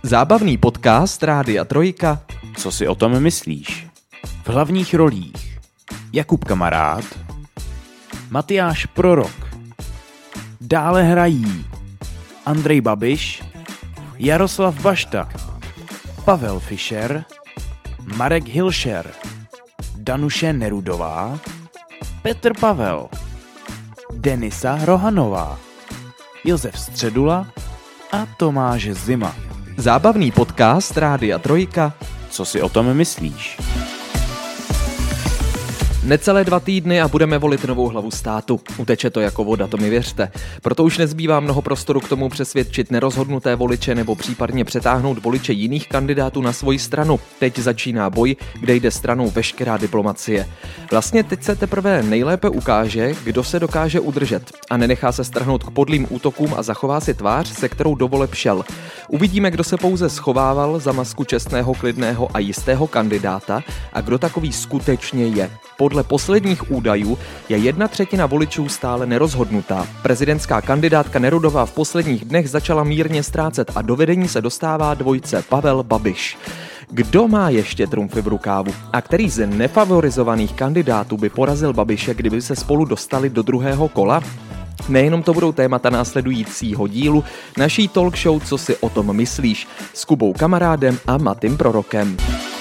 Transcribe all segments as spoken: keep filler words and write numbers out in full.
Zábavný podcast Rádia Trojka. Co si o tom myslíš? V hlavních rolích Jakub Kamarád, Matyáš Prorok. Dále hrají Andrej Babiš, Jaroslav Bašta, Pavel Fischer, Marek Hilšer, Danuše Nerudová, Petr Pavel, Denisa Rohanová, Josef Středula a Tomáš Zima. Zábavný podcast Rádia Trojka. Co si o tom myslíš? Necelé dva týdny a budeme volit novou hlavu státu. Uteče to jako voda, to mi věřte. Proto už nezbývá mnoho prostoru k tomu přesvědčit nerozhodnuté voliče nebo případně přetáhnout voliče jiných kandidátů na svoji stranu. Teď začíná boj, kde jde stranou veškerá diplomacie. Vlastně teď se teprve nejlépe ukáže, kdo se dokáže udržet a nenechá se strhnout k podlým útokům a zachová si tvář, se kterou do voleb šel. Uvidíme, kdo se pouze schovával za masku čestného, klidného a jistého kandidáta a kdo takový skutečně je. Podle posledních údajů je jedna třetina voličů stále nerozhodnutá. Prezidentská kandidátka Nerudová v posledních dnech začala mírně ztrácet a do vedení se dostává dvojce Pavel Babiš. Kdo má ještě trumfy v rukávu a který z nefavorizovaných kandidátů by porazil Babiše, kdyby se spolu dostali do druhého kola? Nejenom to budou témata následujícího dílu naší talk show Co si o tom myslíš s Kubou Kamarádem a Matým Prorokem.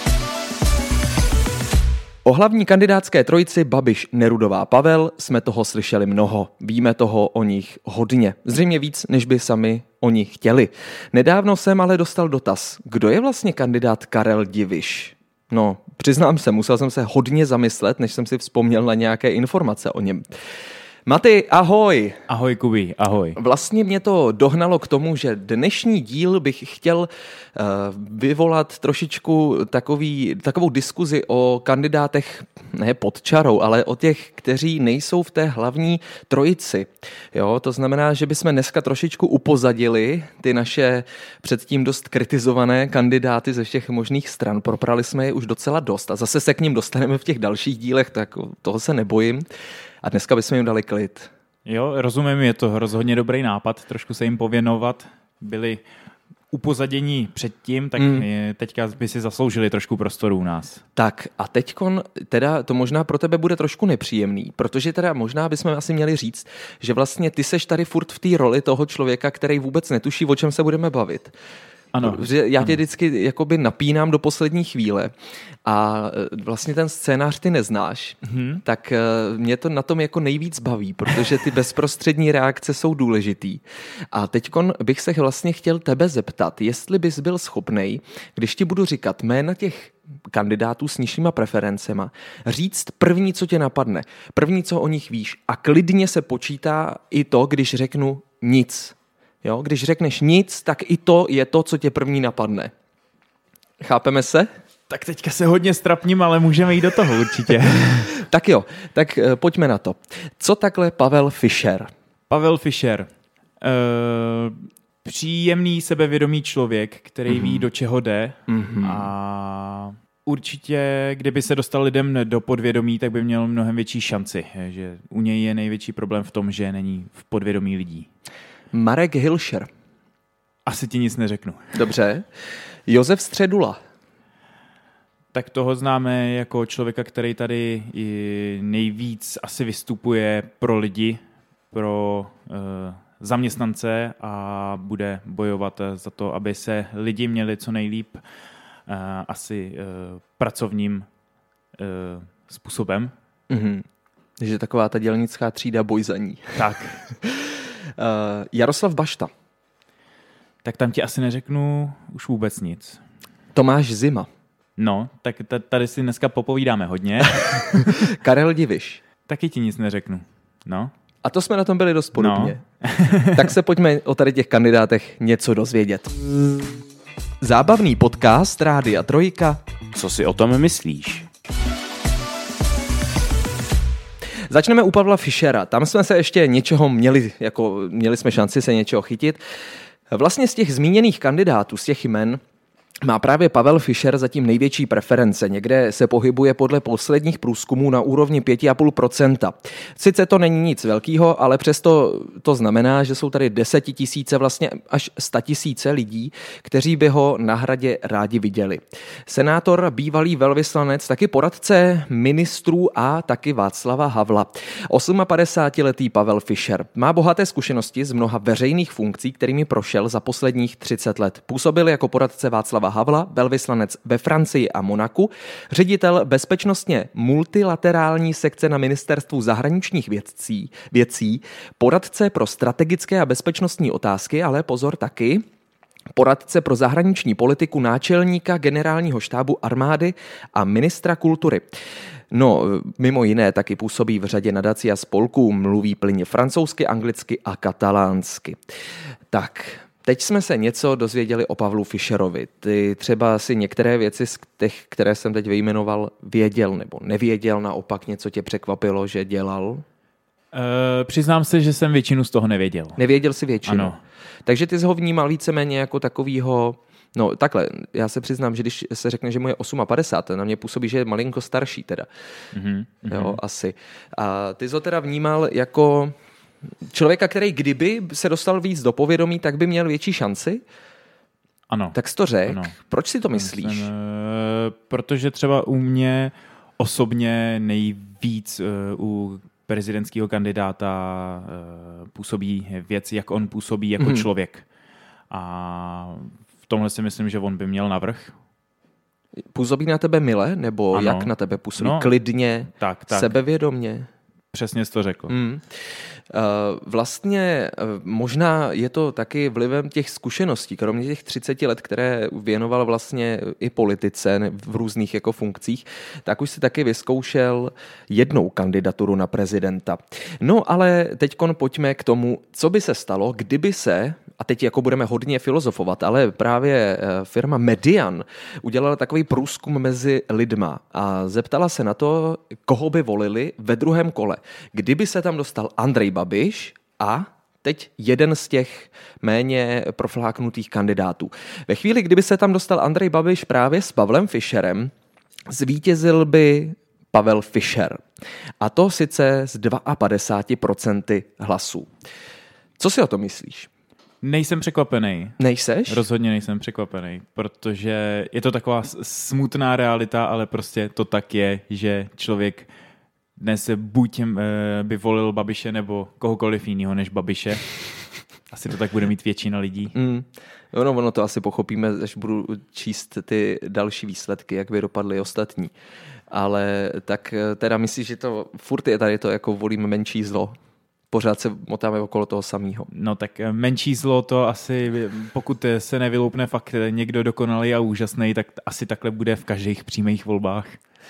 O hlavní kandidátské trojici Babiš, Nerudová, Pavel jsme toho slyšeli mnoho. Víme toho o nich hodně. Zřejmě víc, než by sami oni chtěli. Nedávno jsem ale dostal dotaz. Kdo je vlastně kandidát Karel Diviš? No, přiznám se, musel jsem se hodně zamyslet, než jsem si vzpomněl na nějaké informace o něm. Maty, ahoj. Ahoj Kubi, ahoj. Vlastně mě to dohnalo k tomu, že dnešní díl bych chtěl uh, vyvolat trošičku takový, takovou diskuzi o kandidátech, ne pod čarou, ale o těch, kteří nejsou v té hlavní trojici. Jo, to znamená, že bychom dneska trošičku upozadili ty naše předtím dost kritizované kandidáty ze všech možných stran. Proprali jsme je už docela dost a zase se k ním dostaneme v těch dalších dílech, tak toho se nebojím. A dneska bychom jim dali klid. Jo, rozumím, je to rozhodně dobrý nápad, trošku se jim pověnovat. Byli upozadění předtím, tak mm. teďka by si zasloužili trošku prostoru u nás. Tak a teďkon, teda to možná pro tebe bude trošku nepříjemný, protože teda možná bychom asi měli říct, že vlastně ty seš tady furt v té roli toho člověka, který vůbec netuší, o čem se budeme bavit. Ano. Že já tě ano. vždycky jakoby napínám do poslední chvíle a vlastně ten scénář ty neznáš, mm-hmm. tak mě to na tom jako nejvíc baví, protože ty bezprostřední reakce jsou důležitý. A teďkon bych se vlastně chtěl tebe zeptat, jestli bys byl schopnej, když ti budu říkat jména těch kandidátů s nižšíma preferencema, říct první, co tě napadne, první, co o nich víš a klidně se počítá i to, když řeknu nic. Jo, když řekneš nic, tak i to je to, co tě první napadne. Chápeme se? Tak teďka se hodně strapním, ale můžeme jít do toho určitě. Tak jo, tak uh, pojďme na to. Co takhle Pavel Fischer? Pavel Fischer. Uh, příjemný, sebevědomý člověk, který mm-hmm. ví, do čeho jde. Mm-hmm. A určitě, kdyby se dostal lidem do podvědomí, tak by měl mnohem větší šanci. Že u něj je největší problém v tom, že není v podvědomí lidí. Marek Hilšer. Asi ti nic neřeknu. Dobře. Josef Středula. Tak toho známe jako člověka, který tady nejvíc asi vystupuje pro lidi, pro uh, zaměstnance a bude bojovat za to, aby se lidi měli co nejlíp uh, asi uh, pracovním uh, způsobem. Mm-hmm. Takže taková ta dělnická třída, boj za ní. Tak. Uh, Jaroslav Bašta. Tak tam ti asi neřeknu už vůbec nic. Tomáš Zima. No, tak t- tady si dneska popovídáme hodně. Karel Diviš. Taky ti nic neřeknu. No. A to jsme na tom byli dost podobně. No. Tak se pojďme o tady těch kandidátech něco dozvědět. Zábavný podcast Rádia Trojka. Co si o tom myslíš? Začneme u Pavla Fischera. Tam jsme se ještě něčeho měli, jako měli jsme šanci se něčeho chytit. Vlastně z těch zmíněných kandidátů, z těch jmen, má právě Pavel Fischer zatím největší preference. Někde se pohybuje podle posledních průzkumů na úrovni pět celá pět procenta. Sice to není nic velkého, ale přesto to znamená, že jsou tady desetitisíce, vlastně až statisíce lidí, kteří by ho na Hradě rádi viděli. Senátor, bývalý velvyslanec, taky poradce ministrů a taky Václava Havla. osmapadesátiletý Pavel Fischer má bohaté zkušenosti z mnoha veřejných funkcí, kterými prošel za posledních třicet let. Působil jako poradce Václava Havla, velvyslanec ve Francii a Monaku, ředitel bezpečnostně multilaterální sekce na ministerstvu zahraničních věcí, věcí, poradce pro strategické a bezpečnostní otázky, ale pozor taky, poradce pro zahraniční politiku náčelníka generálního štábu armády a ministra kultury. No, mimo jiné taky působí v řadě nadací a spolků, mluví plynně francouzsky, anglicky a katalánsky. Tak, teď jsme se něco dozvěděli o Pavlu Fischerovi. Ty třeba si některé věci z těch, které jsem teď vyjmenoval, věděl nebo nevěděl, naopak něco tě překvapilo, že dělal? Uh, přiznám se, že jsem většinu z toho nevěděl. Nevěděl jsi většinu? Ano. Takže ty jsi ho vnímal víceméně jako takovýho, no takhle, já se přiznám, že když se řekne, že mu je padesát osm, na mě působí, že je malinko starší teda. Mm-hmm. Jo, asi. A ty jsi ho teda vnímal jako člověka, který kdyby se dostal víc do povědomí, tak by měl větší šanci? Ano. Tak jsi to řekl. Ano. Proč si to myslíš? Jsem, protože třeba u mě osobně nejvíc u prezidentského kandidáta působí věc, jak on působí jako hmm. člověk. A v tomhle si myslím, že on by měl navrch. Působí na tebe mile? Nebo ano. Jak na tebe působí? No, klidně? Tak, tak. Sebevědomně? Přesně jsi to řekl. Hmm. Vlastně možná je to taky vlivem těch zkušeností, kromě těch třiceti let, které věnoval vlastně i politice v různých jako funkcích, tak už si taky vyzkoušel jednou kandidaturu na prezidenta. No ale teďkon pojďme k tomu, co by se stalo, kdyby se, a teď jako budeme hodně filozofovat, ale právě firma Median udělala takový průzkum mezi lidma a zeptala se na to, koho by volili ve druhém kole. Kdyby se tam dostal Andrej Babiš a teď jeden z těch méně profláknutých kandidátů. Ve chvíli, kdyby se tam dostal Andrej Babiš právě s Pavlem Fischerem, zvítězil by Pavel Fischer. A to sice z padesát dva procent hlasů. Co si o to myslíš? Nejsem překvapený. Nejseš? Rozhodně nejsem překvapený, protože je to taková smutná realita, ale prostě to tak je, že člověk dnes buď by volil Babiše nebo kohokoliv jiného než Babiše. Asi to tak bude mít většina lidí. Mm. No, ono to asi pochopíme, až budu číst ty další výsledky, jak by dopadly ostatní. Ale tak teda myslíš, že to furt je tady to, jako volíme menší zlo? Pořád se motáme okolo toho samého. No tak menší zlo to asi, pokud se nevyloupne fakt někdo dokonalý a úžasný, tak asi takhle bude v každých přímých volbách.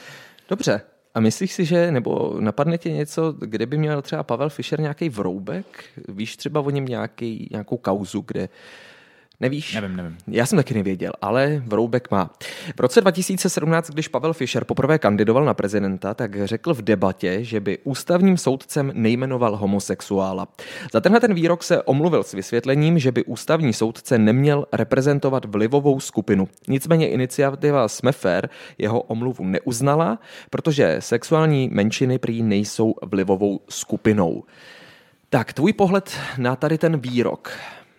Dobře. A myslíš si, že, nebo napadne tě něco, kde by měl třeba Pavel Fischer nějaký vroubek? Víš třeba o něm nějaký, nějakou kauzu, kde... Nevíš? Nevím, nevím. Já jsem taky nevěděl, ale vroubek má. V roce dva tisíce sedmnáct, když Pavel Fischer poprvé kandidoval na prezidenta, tak řekl v debatě, že by ústavním soudcem nejmenoval homosexuála. Za tenhle ten výrok se omluvil s vysvětlením, že by ústavní soudce neměl reprezentovat vlivovou skupinu. Nicméně iniciativa Jsme fér jeho omluvu neuznala, protože sexuální menšiny prý nejsou vlivovou skupinou. Tak, tvůj pohled na tady ten výrok.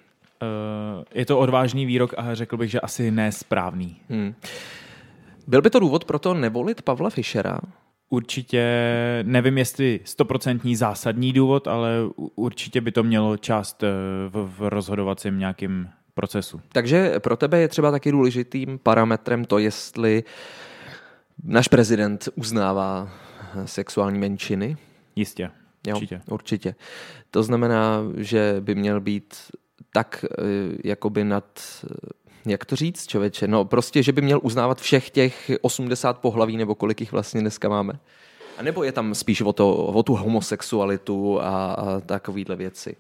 Je to odvážný výrok a řekl bych, že asi nesprávný. Hmm. Byl by to důvod pro to nevolit Pavla Fischera? Určitě, nevím jestli stoprocentní zásadní důvod, ale určitě by to mělo část v, v rozhodovacím nějakým procesu. Takže pro tebe je třeba taky důležitým parametrem to, jestli náš prezident uznává sexuální menšiny? Jistě, jo, určitě. Určitě. To znamená, že by měl být tak jakoby nad, jak to říct, člověče, no prostě, že by měl uznávat všech těch osmdesát pohlaví, nebo kolik jich vlastně dneska máme. A nebo je tam spíš o, to, o tu homosexualitu a, a takovýhle věci?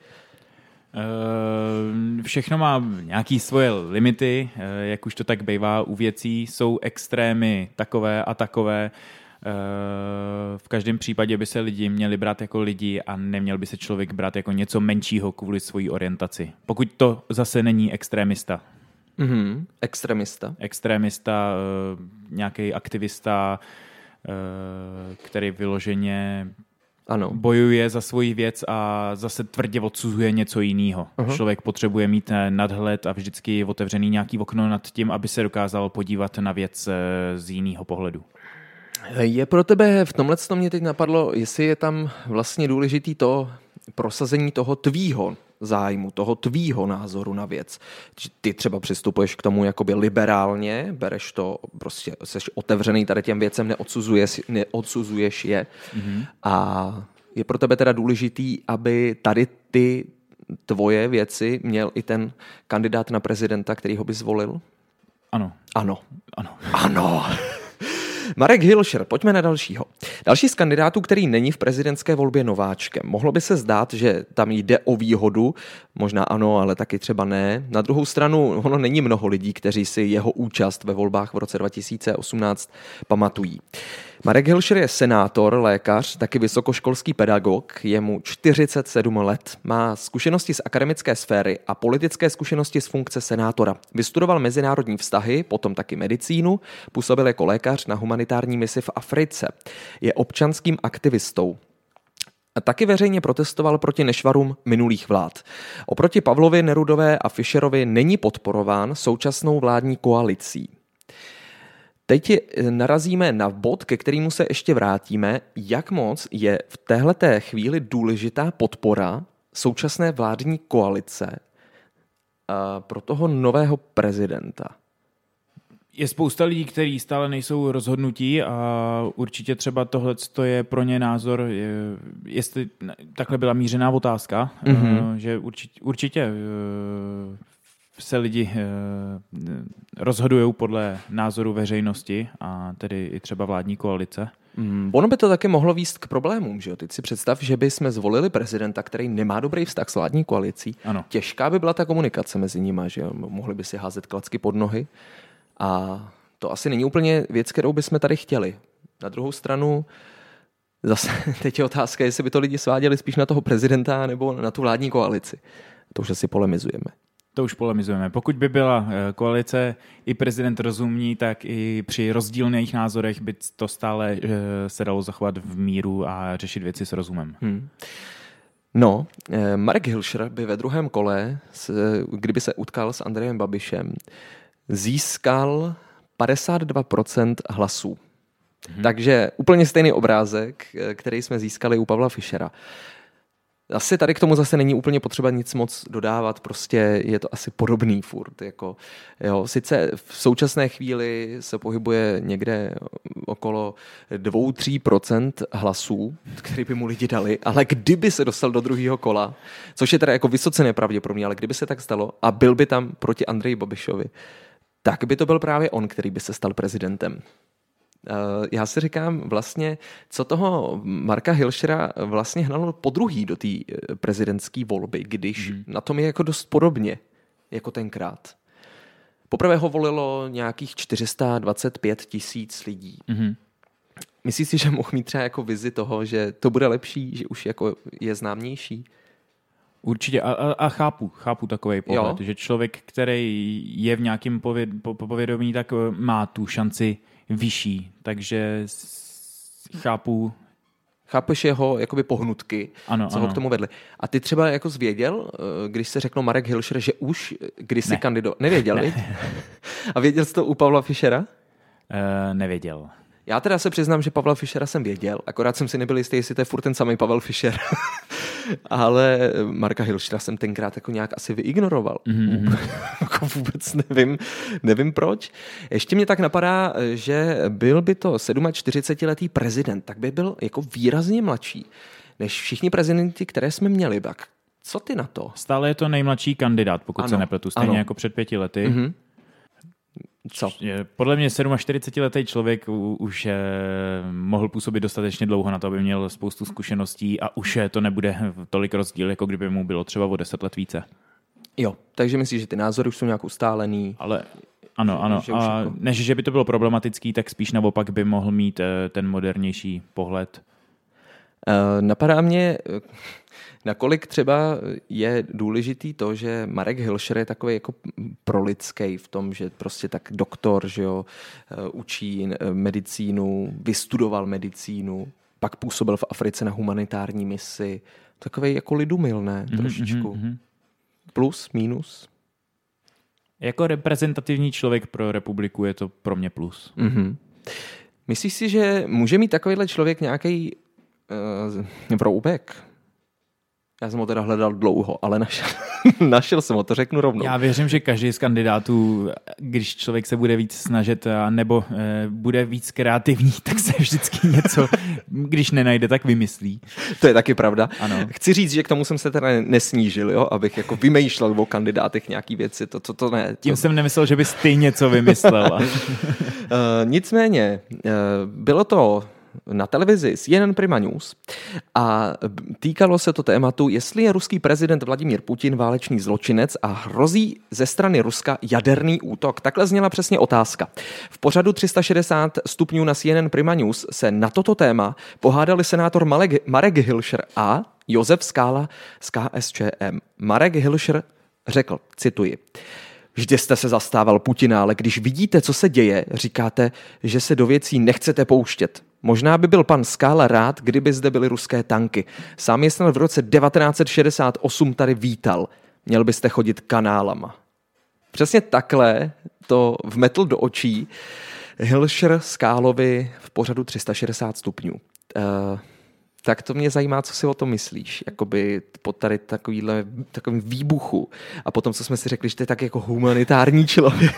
Všechno má nějaké svoje limity, jak už to tak bývá u věcí, jsou extrémy takové a takové. V každém případě by se lidi měli brát jako lidi a neměl by se člověk brát jako něco menšího kvůli svojí orientaci. Pokud to zase není extrémista. Mm-hmm. Extremista. Extremista, nějaký aktivista, který vyloženě ano. bojuje za svoji věc a zase tvrdě odsuzuje něco jiného. Uh-huh. Člověk potřebuje mít nadhled a vždycky otevřený nějaký okno nad tím, aby se dokázal podívat na věc z jiného pohledu. Je pro tebe, v tomhle to mě teď napadlo, jestli je tam vlastně důležitý to prosazení toho tvýho zájmu, toho tvýho názoru na věc. Ty třeba přistupuješ k tomu jakoby liberálně, bereš to, prostě jsi otevřený tady těm věcem, neodsuzuješ, neodsuzuješ je. Mm-hmm. A je pro tebe teda důležitý, aby tady ty tvoje věci měl i ten kandidát na prezidenta, který ho by zvolil? Ano. Ano. Ano. Ano. Marek Hilšer, pojďme na dalšího. Další z kandidátů, který není v prezidentské volbě nováčkem. Mohlo by se zdát, že tam jde o výhodu, možná ano, ale taky třeba ne. Na druhou stranu, ono není mnoho lidí, kteří si jeho účast ve volbách v roce dva tisíce osmnáct pamatují. Marek Hilšer je senátor, lékař, taky vysokoškolský pedagog, je mu čtyřicet sedm let. Má zkušenosti z akademické sféry a politické zkušenosti z funkce senátora. Vystudoval mezinárodní vztahy, potom taky medicínu, působil jako lékař na humanitární misi v Africe. Je občanským aktivistou. A taky veřejně protestoval proti nešvarům minulých vlád. Oproti Pavlovi, Nerudové a Fischerovi není podporován současnou vládní koalicí. Teď narazíme na bod, ke kterému se ještě vrátíme, jak moc je v téhleté chvíli důležitá podpora současné vládní koalice pro toho nového prezidenta. Je spousta lidí, kteří stále nejsou rozhodnutí a určitě třeba tohle je pro ně názor, jestli takhle byla mířená otázka, mm-hmm. že určitě, určitě se lidi rozhodují podle názoru veřejnosti a tedy i třeba vládní koalice. Mm, ono by to také mohlo vést k problémům, že jo? Teď si představ, že by jsme zvolili prezidenta, který nemá dobrý vztah s vládní koalicí. Ano. Těžká by byla ta komunikace mezi nimi, že jo? Mohli by si házet klacky pod nohy. A to asi není úplně věc, kterou bychom tady chtěli. Na druhou stranu, zase teď je otázka, jestli by to lidi sváděli spíš na toho prezidenta nebo na tu vládní koalici. To už asi polemizujeme. To už polemizujeme. Pokud by byla koalice i prezident rozumní, tak i při rozdílných názorech by to stále se dalo zachovat v míru a řešit věci s rozumem. Hmm. No, Marek Hilšer by ve druhém kole, kdyby se utkal s Andrejem Babišem, získal padesát dva procent hlasů. Hmm. Takže úplně stejný obrázek, který jsme získali u Pavla Fischera. Asi tady k tomu zase není úplně potřeba nic moc dodávat, prostě je to asi podobný furt. Jako, jo, sice v současné chvíli se pohybuje někde okolo dva až tři procenta hlasů, který by mu lidi dali, ale kdyby se dostal do druhého kola, což je teda jako vysoce nepravděpodobné, ale kdyby se tak stalo a byl by tam proti Andreji Babišovi, tak by to byl právě on, který by se stal prezidentem. Já si říkám vlastně, co toho Marka Hilšera vlastně hnalo podruhý do té prezidentské volby, když hmm. na tom je jako dost podobně jako tenkrát. Poprvé ho volilo nějakých čtyři sta dvacet pět tisíc lidí. Hmm. Myslíš si, že mohl mít třeba jako vizi toho, že to bude lepší, že už jako je známější? Určitě a, a, a chápu, chápu takový pohled, jo? Že člověk, který je v nějakém pověd, po, povědomí, tak má tu šanci vyšší, takže chápu. Chápeš jeho jakoby pohnutky, ano, co ano. ho k tomu vedli. A ty třeba jako zvěděl, když se řeklo Marek Hilšer, že už když si kandidoval. Nevěděl, ne. A věděl jsi to u Pavla Fischera? Uh, nevěděl. Já teda se přiznám, že Pavla Fischera jsem věděl, akorát jsem si nebyl jistý, jestli to je furt ten samý Pavel Fischer. Ale Marka Hilšera jsem tenkrát jako nějak asi vyignoroval. Mm-hmm. Jako vůbec nevím, nevím proč. Ještě mě tak napadá, že byl by to čtyřicetisedmiletý prezident, tak by byl jako výrazně mladší než všichni prezidenti, které jsme měli. Tak co ty na to? Stále je to nejmladší kandidát, pokud ano, se nepletu, stejně ano. jako před pěti lety. Mm-hmm. Co? Podle mě čtyřicetisedmiletý člověk už eh, mohl působit dostatečně dlouho na to, aby měl spoustu zkušeností a už to nebude tolik rozdíl, jako kdyby mu bylo třeba o deset let více. Jo, takže myslíš, že ty názory už jsou nějak ustálený? Ale ano, ano. Že a jako... než že by to bylo problematický, tak spíš naopak by mohl mít eh, ten modernější pohled. Napadá mě, nakolik třeba je důležitý to, že Marek Hilšer je takový jako prolidský v tom, že prostě tak doktor, že jo, učí medicínu, vystudoval medicínu, pak působil v Africe na humanitární misi. Takový jako lidumil, ne? Trošičku. Mm-hmm. Plus, minus? Jako reprezentativní člověk pro republiku je to pro mě plus. Mm-hmm. Myslíš si, že může mít takovýhle člověk nějaký uh, vroubek? Já jsem ho teda hledal dlouho, ale našel, našel jsem ho, to řeknu rovnou. Já věřím, že každý z kandidátů, když člověk se bude víc snažit nebo e, bude víc kreativní, tak se vždycky něco, když nenajde, tak vymyslí. To je taky pravda. Ano. Chci říct, že k tomu jsem se teda nesnížil, jo? Abych jako vymýšlel o kandidátech nějaký věci. To, to, to ne. To... Tím jsem nemyslel, že bys ty něco vymyslel. uh, nicméně, uh, bylo to na televizi C N N Prima News a týkalo se to tématu, jestli je ruský prezident Vladimír Putin válečný zločinec a hrozí ze strany Ruska jaderný útok. Takhle zněla přesně otázka. V pořadu tři sta šedesát stupňů na C N N Prima News se na toto téma pohádali senátor Marek, Marek Hilšer a Josef Skála z K S Č M. Marek Hilšer řekl, cituji: Vždy jste se zastával Putina, ale když vidíte, co se děje, říkáte, že se do věcí nechcete pouštět. Možná by byl pan Skála rád, kdyby zde byly ruské tanky. Sám je snad v roce devatenáct set šedesát osm tady vítal. Měl byste chodit kanálama. Přesně takhle to vmetl do očí Hilšer Skálovi v pořadu tři sta šedesát stupňů. Uh, tak to mě zajímá, co si o tom myslíš. Jakoby po tady takovýhle, takovým výbuchu a potom, co jsme si řekli, že to je tak jako humanitární člověk.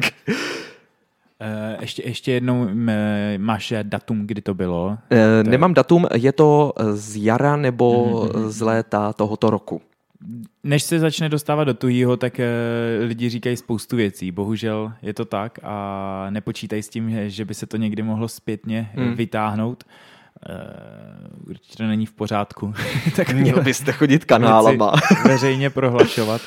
Ještě, ještě jednou máš datum, kdy to bylo? Nemám datum, je to z jara nebo mm-hmm. z léta tohoto roku. Než se začne dostávat do tuhýho, tak lidi říkají spoustu věcí. Bohužel je to tak a nepočítají s tím, že by se to někdy mohlo zpětně hmm. vytáhnout. Určitě to není v pořádku. Tak měl byste chodit kanálama. Veřejně prohlašovat.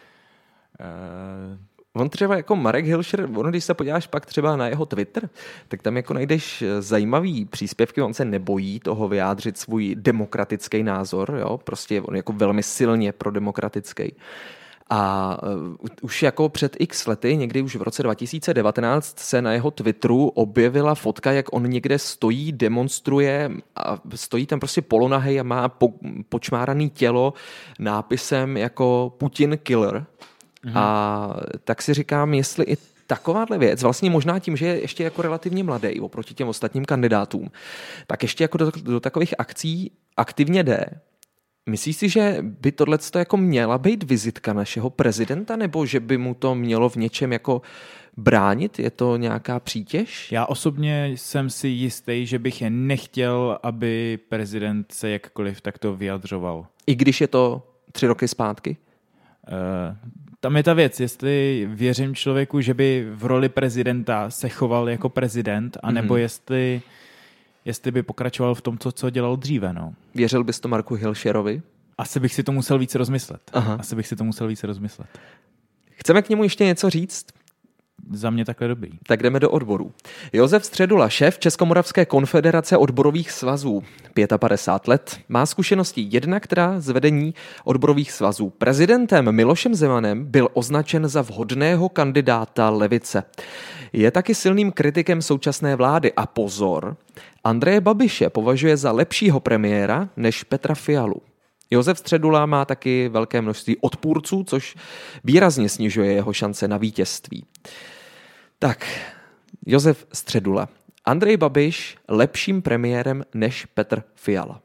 On třeba jako Marek Hilšer, ono, když se podíváš pak třeba na jeho Twitter, tak tam jako najdeš zajímavý příspěvky, on se nebojí toho vyjádřit svůj demokratický názor, jo? Prostě on jako velmi silně prodemokratický. A uh, už jako před x lety, někdy už v roce dva tisíce devatenáct, se na jeho Twitteru objevila fotka, jak on někde stojí, demonstruje a stojí tam prostě polonahej a má po, počmáraný tělo nápisem jako Putin killer. Mhm. A tak si říkám, jestli i takováhle věc, vlastně možná tím, že je ještě jako relativně mladý oproti těm ostatním kandidátům, tak ještě jako do, do takových akcí aktivně jde. Myslíš si, že by tohleto jako měla být vizitka našeho prezidenta, nebo že by mu to mělo v něčem jako bránit? Je to nějaká přítěž? Já osobně jsem si jistý, že bych je nechtěl, aby prezident se jakkoliv takto vyjadřoval. I když je to tři roky zpátky? Uh, tam je ta věc, jestli věřím člověku, že by v roli prezidenta se choval jako prezident, anebo mm-hmm. jestli, jestli by pokračoval v tom, co, co dělal dříve. No. Věřil bys to Marku Hilšerovi? Asi bych si to musel víc rozmyslet. Aha. Asi bych si to musel víc rozmyslet. Chceme k němu ještě něco říct? Za mě takhle dobrý. Tak jdeme do odborů. Josef Středula, šéf Českomoravské konfederace odborových svazů, padesát pět let, má zkušenosti jednak teda z vedení odborových svazů. Prezidentem Milošem Zemanem byl označen za vhodného kandidáta levice. Je taky silným kritikem současné vlády a pozor, Andreje Babiše považuje za lepšího premiéra než Petra Fialu. Josef Středula má taky velké množství odpůrců, což výrazně snižuje jeho šance na vítězství. Tak, Josef Středula. Andrej Babiš lepším premiérem než Petr Fiala.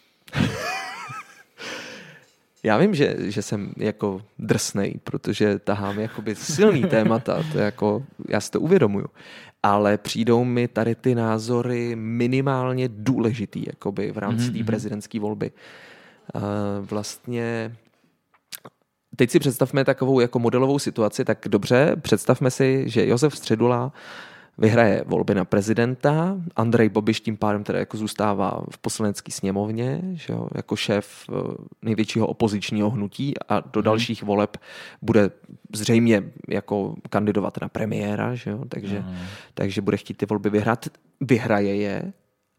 Já vím, že, že jsem jako drsnej, protože tahám jakoby silný témata, to jako, já si to uvědomuju. Ale přijdou mi tady ty názory minimálně důležitý jakoby v rámci mm-hmm. té prezidentské volby. Uh, vlastně teď si představme takovou jako modelovou situaci, tak dobře, představme si, že Josef Středula vyhraje volby na prezidenta, Andrej Babiš tím pádem teda jako zůstává v poslanecké sněmovně, že jo, jako šéf největšího opozičního hnutí a do dalších voleb bude zřejmě jako kandidovat na premiéra, že jo, takže, mm. takže bude chtít ty volby vyhrát, vyhraje je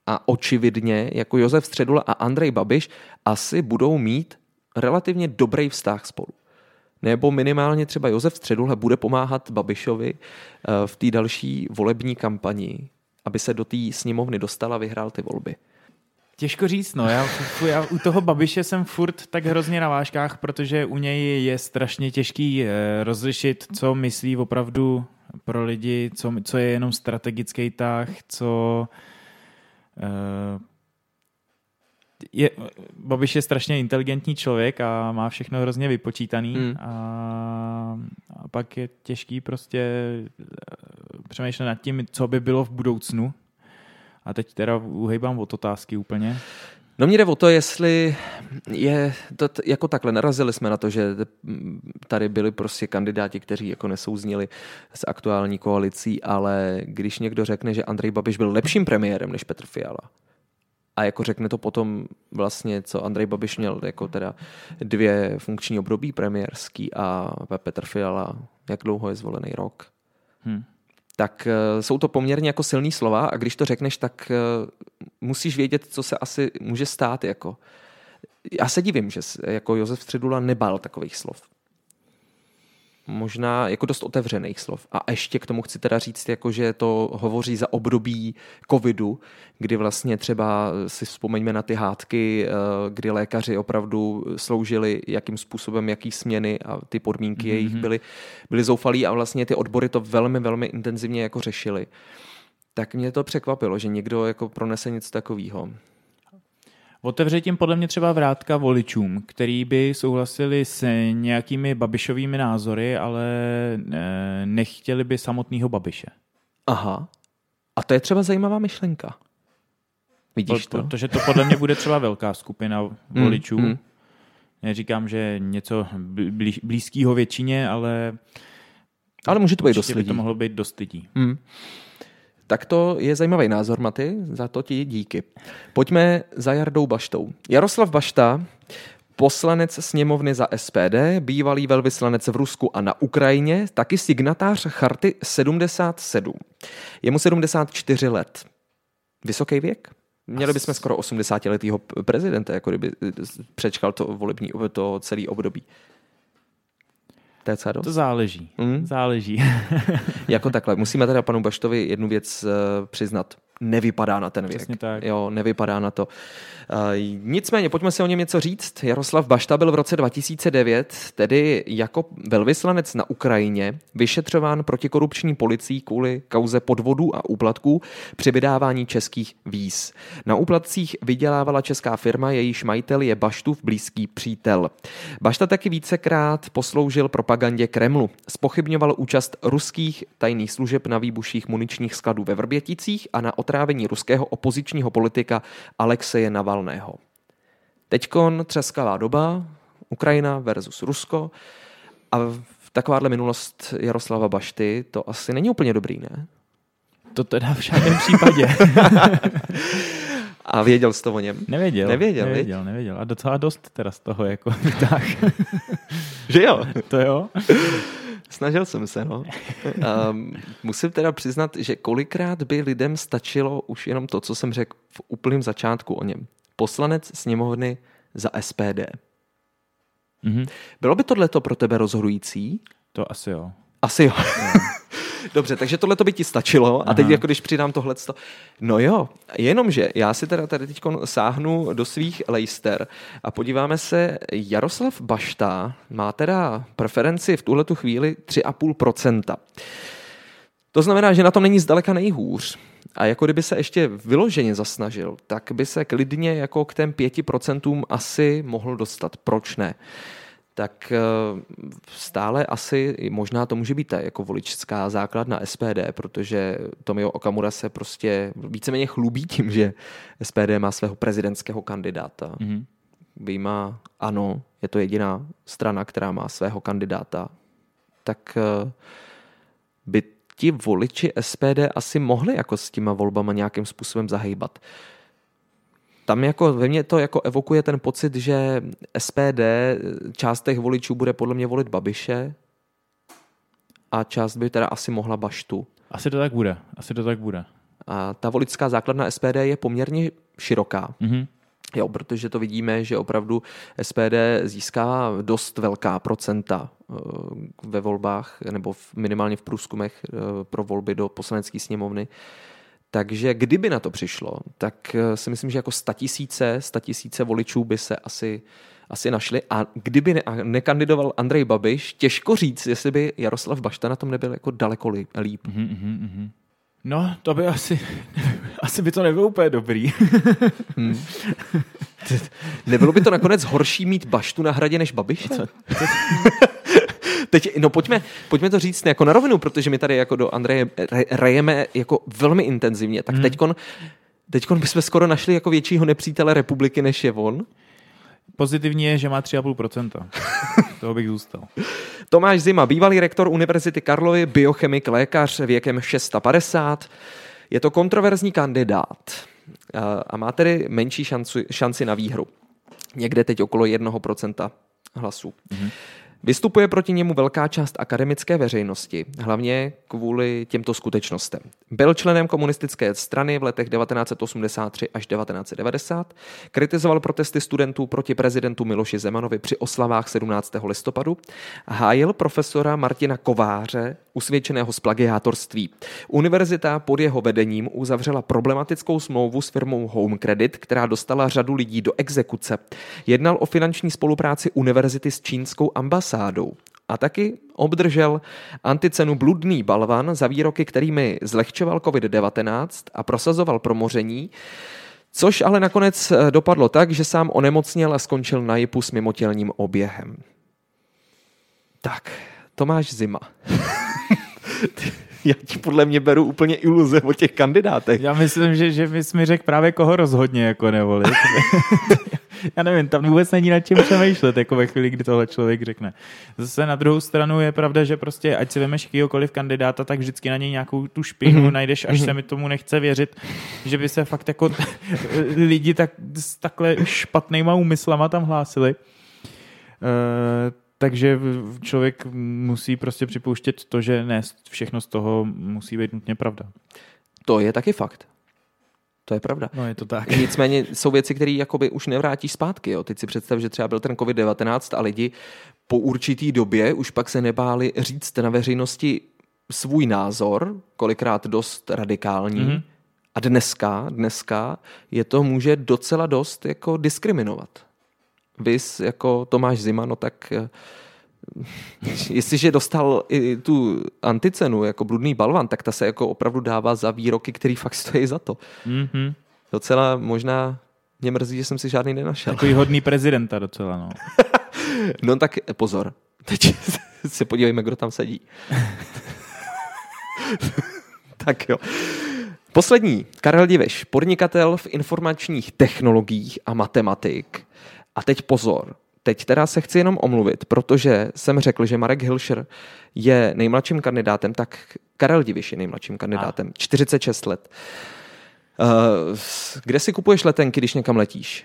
a očividně jako Josef Středula a Andrej Babiš asi budou mít relativně dobrý vztah spolu. Nebo minimálně třeba Josef Středula bude pomáhat Babišovi v té další volební kampani, aby se do té sněmovny dostal a vyhrál ty volby. Těžko říct, no. Já, já u toho Babiše jsem furt tak hrozně na vážkách, protože u něj je strašně těžký rozlišit, co myslí opravdu pro lidi, co, co je jenom strategický tah, co... Uh, je, Babiš je strašně inteligentní člověk a má všechno hrozně vypočítaný hmm. a, a pak je těžký prostě přemýšlet nad tím, co by bylo v budoucnu. A teď teda uhejbám od otázky úplně. No mě jde o to, jestli je to t- jako takhle, narazili jsme na to, že tady byli prostě kandidáti, kteří jako nesouznili s aktuální koalicí, ale když někdo řekne, že Andrej Babiš byl lepším premiérem než Petr Fiala, a jako řekne to potom vlastně, co Andrej Babiš měl jako teda dvě funkční období premiérský a Petr Fiala, jak dlouho je zvolený rok, hmm. tak uh, jsou to poměrně jako silný slova a když to řekneš, tak uh, musíš vědět, co se asi může stát. Jako. Já se divím, že jako Josef Středula nebál takových slov. Možná jako dost otevřených slov. A ještě k tomu chci teda říct, jako, že to hovoří za období covidu, kdy vlastně třeba si vzpomeňme na ty hádky, kdy lékaři opravdu sloužili, jakým způsobem, jaký směny a ty podmínky mm-hmm. jejich byly, byly zoufalý a vlastně ty odbory to velmi, velmi intenzivně jako řešili. Tak mě to překvapilo, že někdo jako pronese něco takového. Otevře tím podle mě třeba vrátka voličům, který by souhlasili s nějakými Babišovými názory, ale nechtěli by samotného Babiše. Aha. A to je třeba zajímavá myšlenka. Vidíš to? Protože to podle mě bude třeba velká skupina voličů. Mm, mm. Neříkám, že něco blízkého většině, ale... Ale může to být dost lidí. by to mohlo být dost lidí. Mm. Tak to je zajímavý názor, Maty, za to ti díky. Pojďme za Jardou Baštou. Jaroslav Bašta, poslanec sněmovny za S P D, bývalý velvyslanec v Rusku a na Ukrajině, taky signatář charty sedmdesát sedm. Je mu sedmdesát čtyři let. Vysoký věk? Měli bychom skoro osmdesátiletýho prezidenta, jako kdyby přečkal to volební, to celý období. To je dost? To záleží. Mm? Záleží. Jako takhle. Musíme teda panu Baštovi jednu věc uh, přiznat. Nevypadá na ten věk. Přesně tak. Jo, nevypadá na to. Uh, nicméně, pojďme si o něm něco říct. Jaroslav Bašta byl v roce dva tisíce devět, tedy jako velvyslanec na Ukrajině, vyšetřován protikorupční policií kvůli kauze podvodů a úplatků při vydávání českých víz. Na úplatcích vydělávala česká firma, jejíž majitel je Baštův blízký přítel. Bašta taky vícekrát posloužil propagandě Kremlu. Zpochybňoval účast ruských tajných služeb na výbuších muničních skladů ve Vrběticích a na otrávení ruského opozičního politika Alexeje Navalného. Teďkon třeskavá doba, Ukrajina versus Rusko a takováhle minulost Jaroslava Bašty, to asi není úplně dobrý, ne? To teda v žádném případě. A věděl jsi to o něm? Nevěděl. Nevěděl, nevěděl, nevěděl. A docela dost teda z toho jako tak. Že jo? To jo. Snažil jsem se, no. Um, musím teda přiznat, že kolikrát by lidem stačilo už jenom to, co jsem řekl v úplném začátku o něm. Poslanec sněmovny za S P D. Mm-hmm. Bylo by tohleto pro tebe rozhodující? To asi jo. Asi jo. jo. Dobře, takže tohleto by ti stačilo. Aha. A teď jako když přidám tohleto. No jo, jenomže já si teda tady teď sáhnu do svých lejster a podíváme se, Jaroslav Bašta má teda preferenci v tuhletu chvíli tři celá pět procenta. To znamená, že na tom není zdaleka nejhůř. A jako kdyby se ještě vyloženě zasnažil, tak by se klidně jako k těm pěti procentům asi mohl dostat. Proč ne? Tak stále asi možná to může být jako voličská základna S P D, protože Tomio Okamura se prostě víceméně chlubí tím, že S P D má svého prezidentského kandidáta. Mm-hmm. Vyjma ANO, je to jediná strana, která má svého kandidáta. Tak by ti voliči S P D asi mohli jako s těma volbama nějakým způsobem zahejbat. Tam jako ve mně to jako evokuje ten pocit, že S P D část těch voličů bude podle mě volit Babiše a část by teda asi mohla Baštu. Asi to tak bude, asi to tak bude. A ta voličská základna S P D je poměrně široká. Mm-hmm. Jo, protože to vidíme, že opravdu S P D získává dost velká procenta ve volbách, nebo minimálně v průzkumech pro volby do poslanecké sněmovny. Takže kdyby na to přišlo, tak si myslím, že jako statisíce, statisíce voličů by se asi, asi našli. A kdyby ne, nekandidoval Andrej Babiš, těžko říct, jestli by Jaroslav Bašta na tom nebyl jako daleko líp. Mm-hmm, mm-hmm. No, to by asi, asi by to nebylo úplně dobrý. hmm. Nebylo by to nakonec horší mít Baštu na hradě než Babiše? Teď, no pojďme, pojďme to říct jako na rovinu, protože my tady jako do Andreje rejeme jako velmi intenzivně. Tak hmm. teďkon, teďkon bychom skoro našli jako většího nepřítele republiky, než je on. Pozitivní je, že má tři celá pět procenta. Toho bych zůstal. Tomáš Zima, bývalý rektor Univerzity Karlovy, biochemik, lékař věkem padesát šest. Je to kontroverzní kandidát a má tedy menší šanci, šanci na výhru. Někde teď okolo jednoho procenta hlasů. Mm-hmm. Vystupuje proti němu velká část akademické veřejnosti, hlavně kvůli těmto skutečnostem. Byl členem komunistické strany v letech devatenáct set osmdesát tři až devatenáct set devadesát, kritizoval protesty studentů proti prezidentu Miloši Zemanovi při oslavách sedmnáctého listopadu, hájil profesora Martina Kováře, usvědčeného z plagiátorství. Univerzita pod jeho vedením uzavřela problematickou smlouvu s firmou Home Credit, která dostala řadu lidí do exekuce. Jednal o finanční spolupráci univerzity s čínskou ambasádou. A taky obdržel anticenu Bludný balvan za výroky, kterými zlehčoval covid devatenáct a prosazoval promoření, což ale nakonec dopadlo tak, že sám onemocněl a skončil na jipu s mimotělním oběhem. Tak, Tomáš Zima. Já ti podle mě beru úplně iluze o těch kandidátech. Já myslím, že, že bys mi řekl právě koho rozhodně jako nevolit. Já nevím, tam vůbec není nad čím přemýšlet, jako ve chvíli, kdy tohle člověk řekne. Zase na druhou stranu je pravda, že prostě ať si vemeš jakýhokoliv kandidáta, tak vždycky na něj nějakou tu špínu mm-hmm. najdeš, až mm-hmm. se mi tomu nechce věřit, že by se fakt jako lidi tak, s takhle špatnýma úmyslama tam hlásili. Uh, takže člověk musí prostě připouštět to, že ne všechno z toho musí být nutně pravda. To je taky fakt. To je pravda. No je to tak. Nicméně jsou věci, které jakoby už nevrátíš zpátky. Jo. Teď si představ, že třeba byl ten covid devatenáct a lidi po určitý době už pak se nebáli říct na veřejnosti svůj názor, kolikrát dost radikální. Mm-hmm. A dneska, dneska je to může docela dost jako diskriminovat. Vys jako Tomáš Zima, no tak jestliže dostal i tu anticenu jako Bludný balvan, tak ta se jako opravdu dává za výroky, který fakt stojí za to. Mm-hmm. Docela možná mě mrzí, že jsem si žádný nenašel. Takový hodný prezidenta docela, no. No tak pozor. Teď se podívejme, kdo tam sedí. Tak jo. Poslední. Karel Diviš, podnikatel v informačních technologiích a matematik. A teď pozor. Teď teda se chci jenom omluvit, protože jsem řekl, že Marek Hilšer je nejmladším kandidátem, tak Karel Diviš je nejmladším kandidátem. A. čtyřicet šest let. Uh, kde si kupuješ letenky, když někam letíš?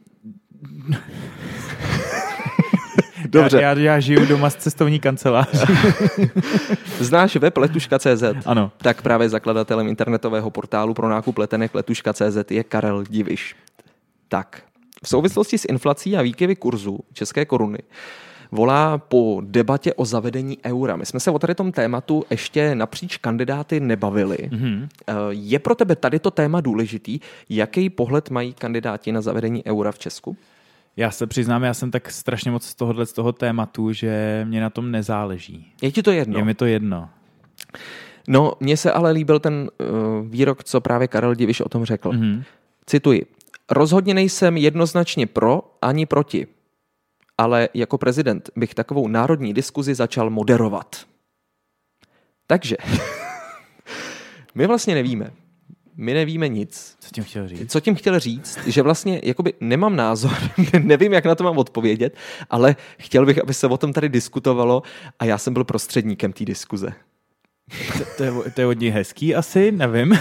Dobře. Já, já, já žiju doma z cestovní kanceláří. Znáš web letuška tečka cé zet? Ano. Tak právě zakladatelem internetového portálu pro nákup letenek letuška tečka cé zet je Karel Diviš. Tak. V souvislosti s inflací a výkyvy kurzu české koruny volá po debatě o zavedení eura. My jsme se o tady tom tématu ještě napříč kandidáty nebavili. Mm-hmm. Je pro tebe tady to téma důležitý? Jaký pohled mají kandidáti na zavedení eura v Česku? Já se přiznám, já jsem tak strašně moc z tohohle z toho tématu, že mě na tom nezáleží. Je ti to jedno? Je mi to jedno. No, mně se ale líbil ten uh, výrok, co právě Karel Diviš o tom řekl. Mm-hmm. Cituji. Rozhodně nejsem jednoznačně pro ani proti, ale jako prezident bych takovou národní diskuzi začal moderovat. Takže, my vlastně nevíme. My nevíme nic. Co tím chtěl říct? Co tím chtěl říct, že vlastně jakoby nemám názor, nevím, jak na to mám odpovědět, ale chtěl bych, aby se o tom tady diskutovalo a já jsem byl prostředníkem té diskuze. To, to, je, to je od ní hezký asi, nevím.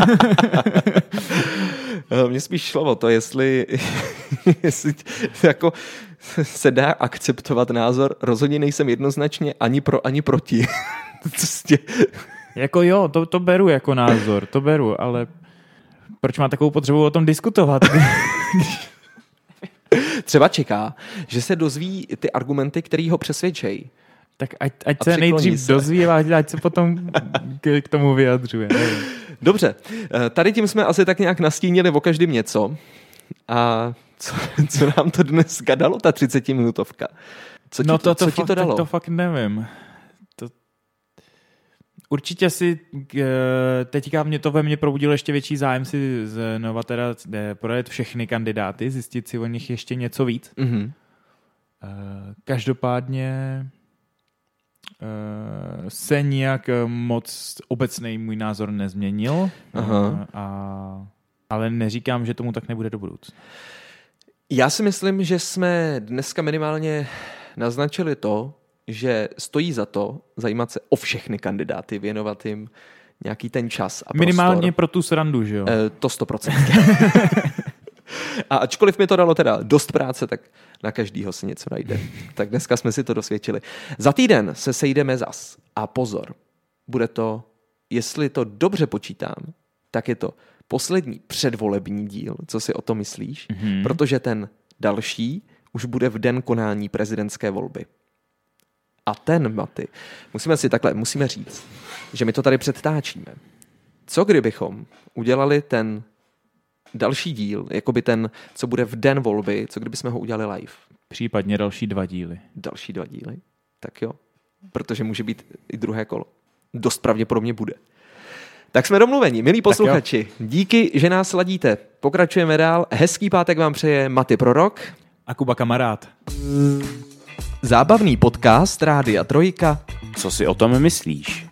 Mně spíš šlo o to, jestli, jestli jako se dá akceptovat názor, rozhodně nejsem jednoznačně ani pro, ani proti. Jako jo, to, to beru jako názor, to beru, ale proč má takovou potřebu o tom diskutovat? Třeba čeká, že se dozví ty argumenty, které ho přesvědčejí. Tak ať, ať se nejdřív se. dozví, ať, ať se potom k, k tomu vyjadřuje. Nevím. Dobře, tady tím jsme asi tak nějak nastínili o každém něco. A co, co nám to dneska dalo, ta třicetiminutovka? Co ti no to, to, to, co fakt, ti to dalo? To fakt nevím. To... Určitě si teďka mě to ve mně probudilo ještě větší zájem si znova teda projet všechny kandidáty, zjistit si o nich ještě něco víc. Mm-hmm. Každopádně se nijak moc obecnej můj názor nezměnil, Aha. A, ale neříkám, že tomu tak nebude do budoucna. Já si myslím, že jsme dneska minimálně naznačili to, že stojí za to zajímat se o všechny kandidáty, věnovat jim nějaký ten čas a prostor. Minimálně pro tu srandu, že jo? E, to sto procent. A ačkoliv mi to dalo teda dost práce, tak na každýho si něco najde. Tak dneska jsme si to dosvědčili. Za týden se sejdeme zas. A pozor, bude to, jestli to dobře počítám, tak je to poslední předvolební díl, co si o to myslíš, mm-hmm. protože ten další už bude v den konání prezidentské volby. A ten, Maty, musíme si takhle, musíme říct, že my to tady předtáčíme. Co kdybychom udělali ten další díl, jakoby ten, co bude v den volby, co kdybychom ho udělali live? Případně další dva díly. Další dva díly? Tak jo. Protože může být i druhé kolo. Dost pravděpodobně bude. Tak jsme domluveni. Milí posluchači, díky, že nás ladíte. Pokračujeme dál. Hezký pátek vám přeje Maty Prorok a Kuba Kamarád. Zábavný podcast Rádia Trojka. Co si o tom myslíš?